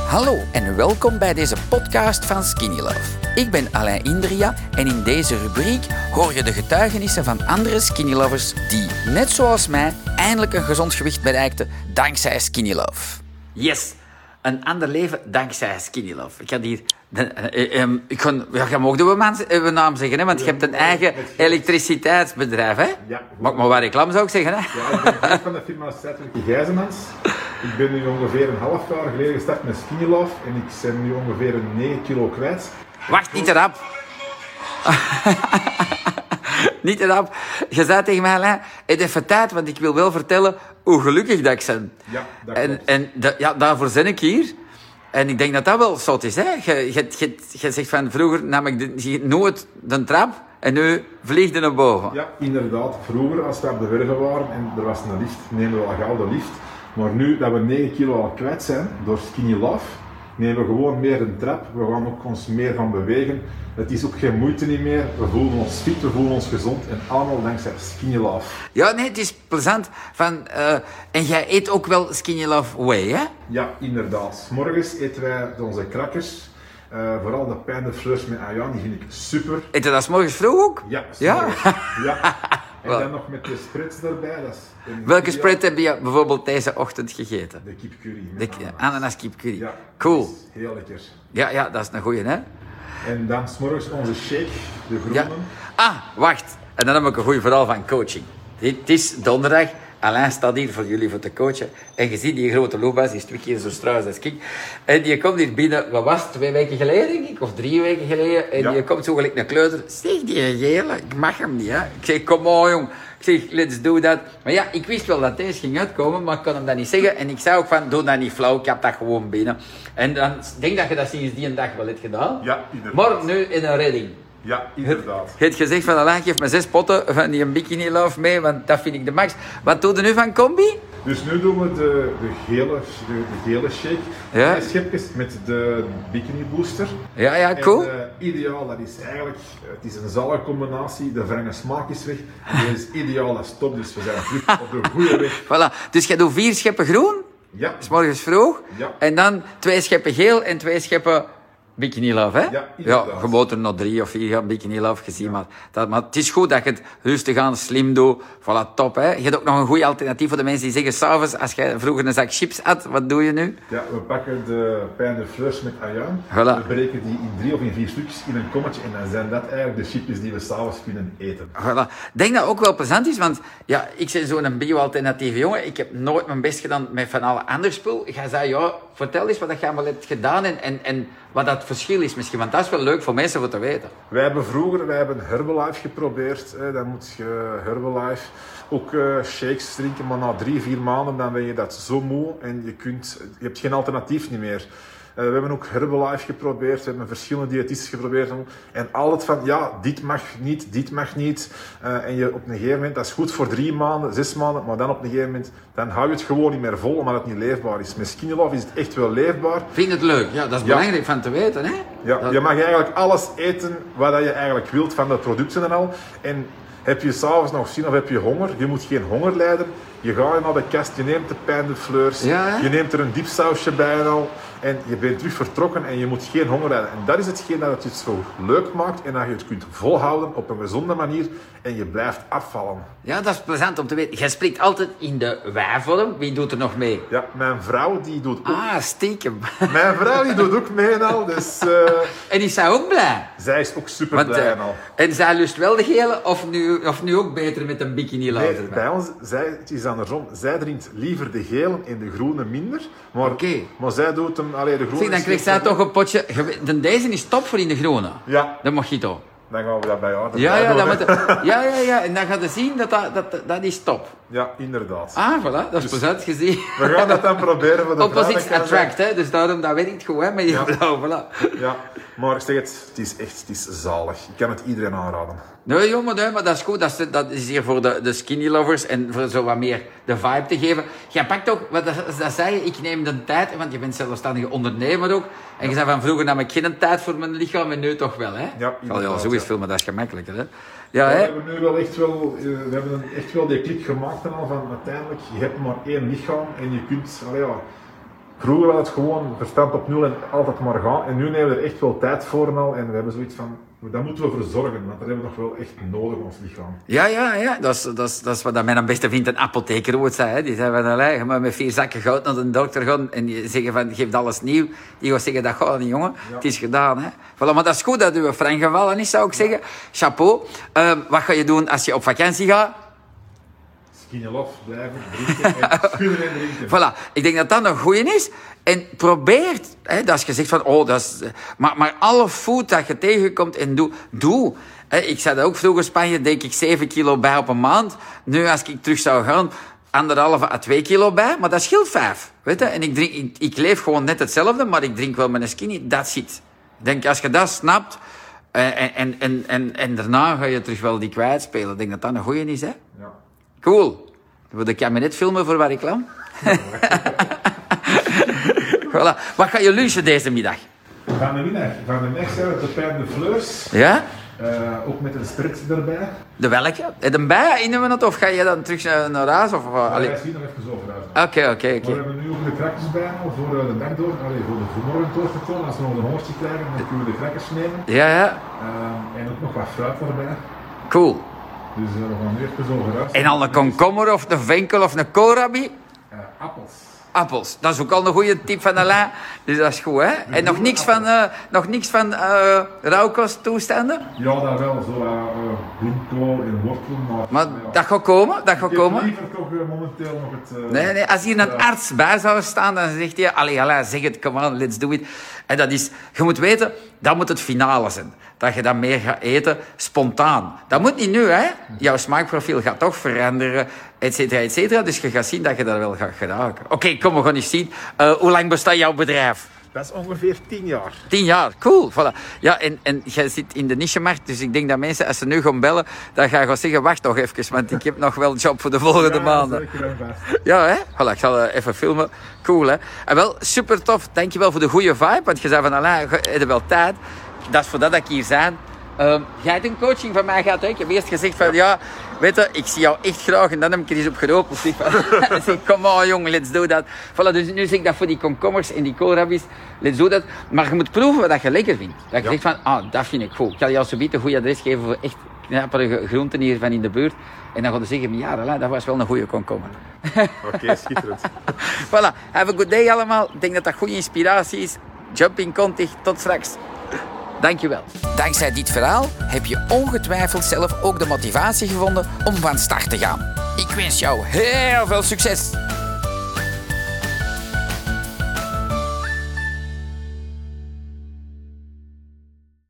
Hallo en welkom bij deze podcast van Skinny Love. Ik ben Alain Indria en in deze rubriek hoor je de getuigenissen van andere Skinny Lovers die, net zoals mij, eindelijk een gezond gewicht bereikten dankzij Skinny Love. Yes, een ander leven dankzij Skinny Love. Ik ga hier... je mag uw naam zeggen, hè, want je hebt een eigen elektriciteitsbedrijf. Hè? Ja. Mag maar wat reclame zou ik zeggen. Hè? Ja, ik ben van de firma Stedtelijke Gijzemans. Ik ben nu ongeveer een half jaar geleden gestart met Skinny Love en ik ben nu ongeveer een 9 kilo kwijt. Wacht, niet te rap. Niet te rap. Je zei tegen mij, Alain, het even tijd, want ik wil wel vertellen hoe gelukkig dat ik ben. Ja, dat klopt. En daarvoor ben ik hier. En ik denk dat dat wel zot is. Hè? Je zegt van vroeger nam ik nooit de trap en nu vlieg je naar boven. Ja, inderdaad. Vroeger, als we op de werven waren en er was een lift, nemen we wel gauw de lift. Maar nu dat we 9 kilo al kwijt zijn door Skinny Love, nemen we gewoon meer een trap. We gaan ook ons meer gaan bewegen. Het is ook geen moeite niet meer. We voelen ons fit, we voelen ons gezond en allemaal dankzij Skinny Love. Ja, nee, het is plezant. En jij eet ook wel Skinny Love Whey, hè? Ja, inderdaad. 's Morgens eten wij onze crackers. Vooral de pain de fleurs met ajuin, die vind ik super. Eet je dat 's morgens vroeg ook? Ja, 's Ja? morgens. Ja. En dan nog met de spreads erbij. Dat is Welke spread heb je bijvoorbeeld deze ochtend gegeten? De kipcurry. De ananas kipcurry. Ja, Cool. dat is heel lekker. Ja, dat is een goeie, hè? En dan 's morgens onze shake, de groene. Ja. Ah, wacht. En dan heb ik een goed verhaal van coaching. Het is donderdag. Alain staat hier voor jullie voor te coachen. En je ziet die grote loopbas, die is 2 keer zo struis als ik. En die komt hier binnen, wat was het, 2 weken geleden, denk ik? Of 3 weken geleden. En Ja. die komt zo gelijk naar kleuter. Zeg, die gele, ik mag hem niet, hè. Ik zeg, kom on, jong. Ik zeg, let's do that. Maar ja, ik wist wel dat deze ging uitkomen, maar ik kon hem dat niet zeggen. En ik zei ook van, doe dat niet flauw, ik heb dat gewoon binnen. En dan denk dat je dat sinds die dag wel hebt gedaan. Ja, inderdaad. Maar nu in een redding. Ja, inderdaad. Je hebt gezegd van Alain, geef me 6 potten van die Bikini Love mee, want dat vind ik de max. Wat doe je nu van combi? Dus nu doen we de gele shake. Ja. 2 schepjes met de bikini booster. Ja, cool. En, ideaal, dat is eigenlijk, het is een zalige combinatie. De wrange smaak is weg. En dit is ideaal als top, dus we zijn terug op de goede weg. Voilà. Dus je doet 4 scheppen groen, Ja. 's morgens vroeg. Ja. En dan 2 scheppen geel en 2 scheppen Bikini Love, hè? Ja, inderdaad. Je moet er nog 3 of 4 gaan Bikini Love gezien, maar het is goed dat je het rustig aan, slim doet. Voilà, top, hè? Je hebt ook nog een goede alternatief voor de mensen die zeggen, s'avonds, als jij vroeger een zak chips had, wat doe je nu? Ja, we pakken de pain de fleurs met ajuin. Voilà. We breken die in 3 of in 4 stukjes in een kommetje en dan zijn dat eigenlijk de chipjes die we s'avonds kunnen eten. Voilà. Ik denk dat ook wel plezant is, want ja, ik ben zo'n bio-alternatieve jongen. Ik heb nooit mijn best gedaan met van alle ander spul. Jij zei, ja, vertel eens wat je allemaal hebt gedaan en wat dat verschil is misschien. Want dat is wel leuk voor mensen om te weten. Wij hebben Herbalife geprobeerd. Dan moet je Herbalife ook shakes drinken, maar na 3-4 maanden dan ben je dat zo moe en je hebt geen alternatief niet meer. We hebben ook Herbalife geprobeerd, we hebben verschillende diëtisten geprobeerd. En altijd van, ja, dit mag niet, dit mag niet. En je op een gegeven moment, dat is goed voor 3 maanden, 6 maanden, maar dan op een gegeven moment, dan hou je het gewoon niet meer vol, omdat het niet leefbaar is. Met Skinny Love is het echt wel leefbaar. Vind je het leuk? Ja, dat is belangrijk van te weten, hè? Ja, je mag eigenlijk alles eten wat je eigenlijk wilt van de producten en al. En heb je s'avonds nog zin of heb je honger? Je moet geen honger lijden. Je gaat naar de kast, je neemt de pain de fleurs, je neemt er een diepsausje bij en al. En je bent terug vertrokken en je moet geen honger lijden. En dat is hetgeen dat het zo leuk maakt en dat je het kunt volhouden op een gezonde manier en je blijft afvallen. Ja, dat is plezant om te weten. Jij spreekt altijd in de wij-vorm. Wie doet er nog mee? Ja, mijn vrouw die doet ook... Ah, stiekem. Mijn vrouw die doet ook mee en al, dus... En is zij ook blij? Zij is ook super blij en al. En zij lust wel de gele of nu ook beter met een bikini Nee, erbij? bij ons, het is andersom. Zij drinkt liever de gele en de groene minder. Maar, maar zij doet hem, de groene... Zeg, dan krijgt zij toch een potje... Deze is top voor in de groene. Ja. De mojito. Dan gaan we dat bij jou. Ja. En dan gaat je zien dat is top. Ja, inderdaad. Ah, voilà. Dat is plezant gezien. We gaan dat dan proberen voor de Opposites attract, hè. Dus daarom, dat werkt goed, hè. Met je vrouw, voilà. Ja, maar ik zeg het is zalig. Ik kan het iedereen aanraden. Nee, jongen, maar dat is goed. Dat is hier voor de skinny lovers en voor zo wat meer de vibe te geven. Jij pakt ook, dat zei je, ik neem de tijd, want je bent zelfstandige ondernemer ook. En je zei van vroeger nam ik geen tijd voor mijn lichaam en nu toch wel, hè? Ja, zo is veel, maar dat is gemakkelijker, hè? Ja, we hebben nu wel echt wel die klik gemaakt en al van uiteindelijk, je hebt maar 1 lichaam en je kunt, Vroeger was het gewoon verstand op nul en altijd maar gaan. En nu nemen we er echt wel tijd voor al. En we hebben zoiets van, daar moeten we voor zorgen. Want dat hebben we nog wel echt nodig, ons lichaam. Ja. Dat is wat mijn beste vriend, een apotheker, ooit zei. Hè. Die zei van, je moet met 4 zakken goud naar de dokter gaan. En die zeggen van, geef alles nieuw. Die gaat zeggen, dat gaat niet, jongen. Ja. Het is gedaan, hè. Voilà, maar dat is goed dat uw frank gevallen is, zou ik zeggen. Chapeau. Wat ga je doen als je op vakantie gaat? Skinny Love, blijven drinken en schudden en drinken. Voilà, ik denk dat dat een goeie is. En probeer, hè, dat is gezegd van, dat is... Maar alle food dat je tegenkomt en doe. Hè, ik zei dat ook vroeger in Spanje, denk ik 7 kilo bij op een maand. Nu, als ik terug zou gaan, 1,5 à 2 kilo bij, maar dat scheelt 5. Weet je? En ik leef gewoon net hetzelfde, maar ik drink wel mijn skinny, dat zit. Ik denk, als je dat snapt, en daarna ga je terug wel die kwijtspelen. Ik denk dat dat een goeie is, hè? Ja. Cool. Wil de kabinet filmen voor waar ik kwam? Voilà. Wat ga je lunchen deze middag? Van de middag zijn we te Pijn de Fleurs. Ja? Ook met een stret erbij. De welke? Een bij in we het of ga je dan terug naar huis? Of, wij zien nog even over huis. Oké. We hebben nu ook de crackers bij voor de dag door. Voor de vanmorgen door te komen. Als we nog een hoortje krijgen, dan kunnen we de crackers nemen. Ja. En ook nog wat fruit erbij. Cool. Dus we gaan nu even over huis. En al een komkommer of een venkel of een koolrabi? Appels. Dat is ook al een goede tip van Alain. Dus dat is goed, hè? En nog niks van rauwkosttoestanden? Ja, dat wel. Zo bloemkool en wortel. Maar dat gaat komen, Ik heb liever toch momenteel nog het... Nee, als hier een arts bij zou staan, dan zegt hij... Alain, zeg het, come on, let's do it. En dat is... Je moet weten, dat moet het finale zijn. Dat je dat meer gaat eten, spontaan. Dat moet niet nu, hè. Jouw smaakprofiel gaat toch veranderen, et cetera. Dus je gaat zien dat je dat wel gaat geraken. Oké, kom, we gaan eens zien. Hoe lang bestaat jouw bedrijf? Dat is ongeveer 10 jaar. 10 jaar, cool. Voilà. Ja, en jij zit in de nichemarkt, dus ik denk dat mensen, als ze nu gaan bellen, dan gaan zeggen, wacht nog even, want ik heb nog wel een job voor de volgende maanden. Ja, hè? Voilà, ik zal even filmen. Cool, hè? En wel, super tof. Dankjewel voor de goede vibe, want je zei van, Alain, je hebt wel tijd. Dat is voordat ik hier ben. Jij hebt een coaching van mij gehad, hè? Ik heb eerst gezegd van, weet je, ik zie jou echt graag. En dan heb ik er eens op geroepen. Ik zeg, come on, jong, let's do that. Voilà, dus nu zeg ik dat voor die komkommers en die koolrabi's. Let's do that. Maar je moet proeven wat je lekker vindt. Dat je zegt van, dat vind ik goed. Ik ga jou zometeen een goed adres geven voor echt knappere groenten hier van in de buurt. En dan gaan ze zeggen, ja, dat was wel een goede komkommer. Oké, schitterend. Voilà, have a good day allemaal. Ik denk dat dat goede inspiratie is. Jumping Contig, tot straks. Dankjewel. Dankzij dit verhaal heb je ongetwijfeld zelf ook de motivatie gevonden om van start te gaan. Ik wens jou heel veel succes.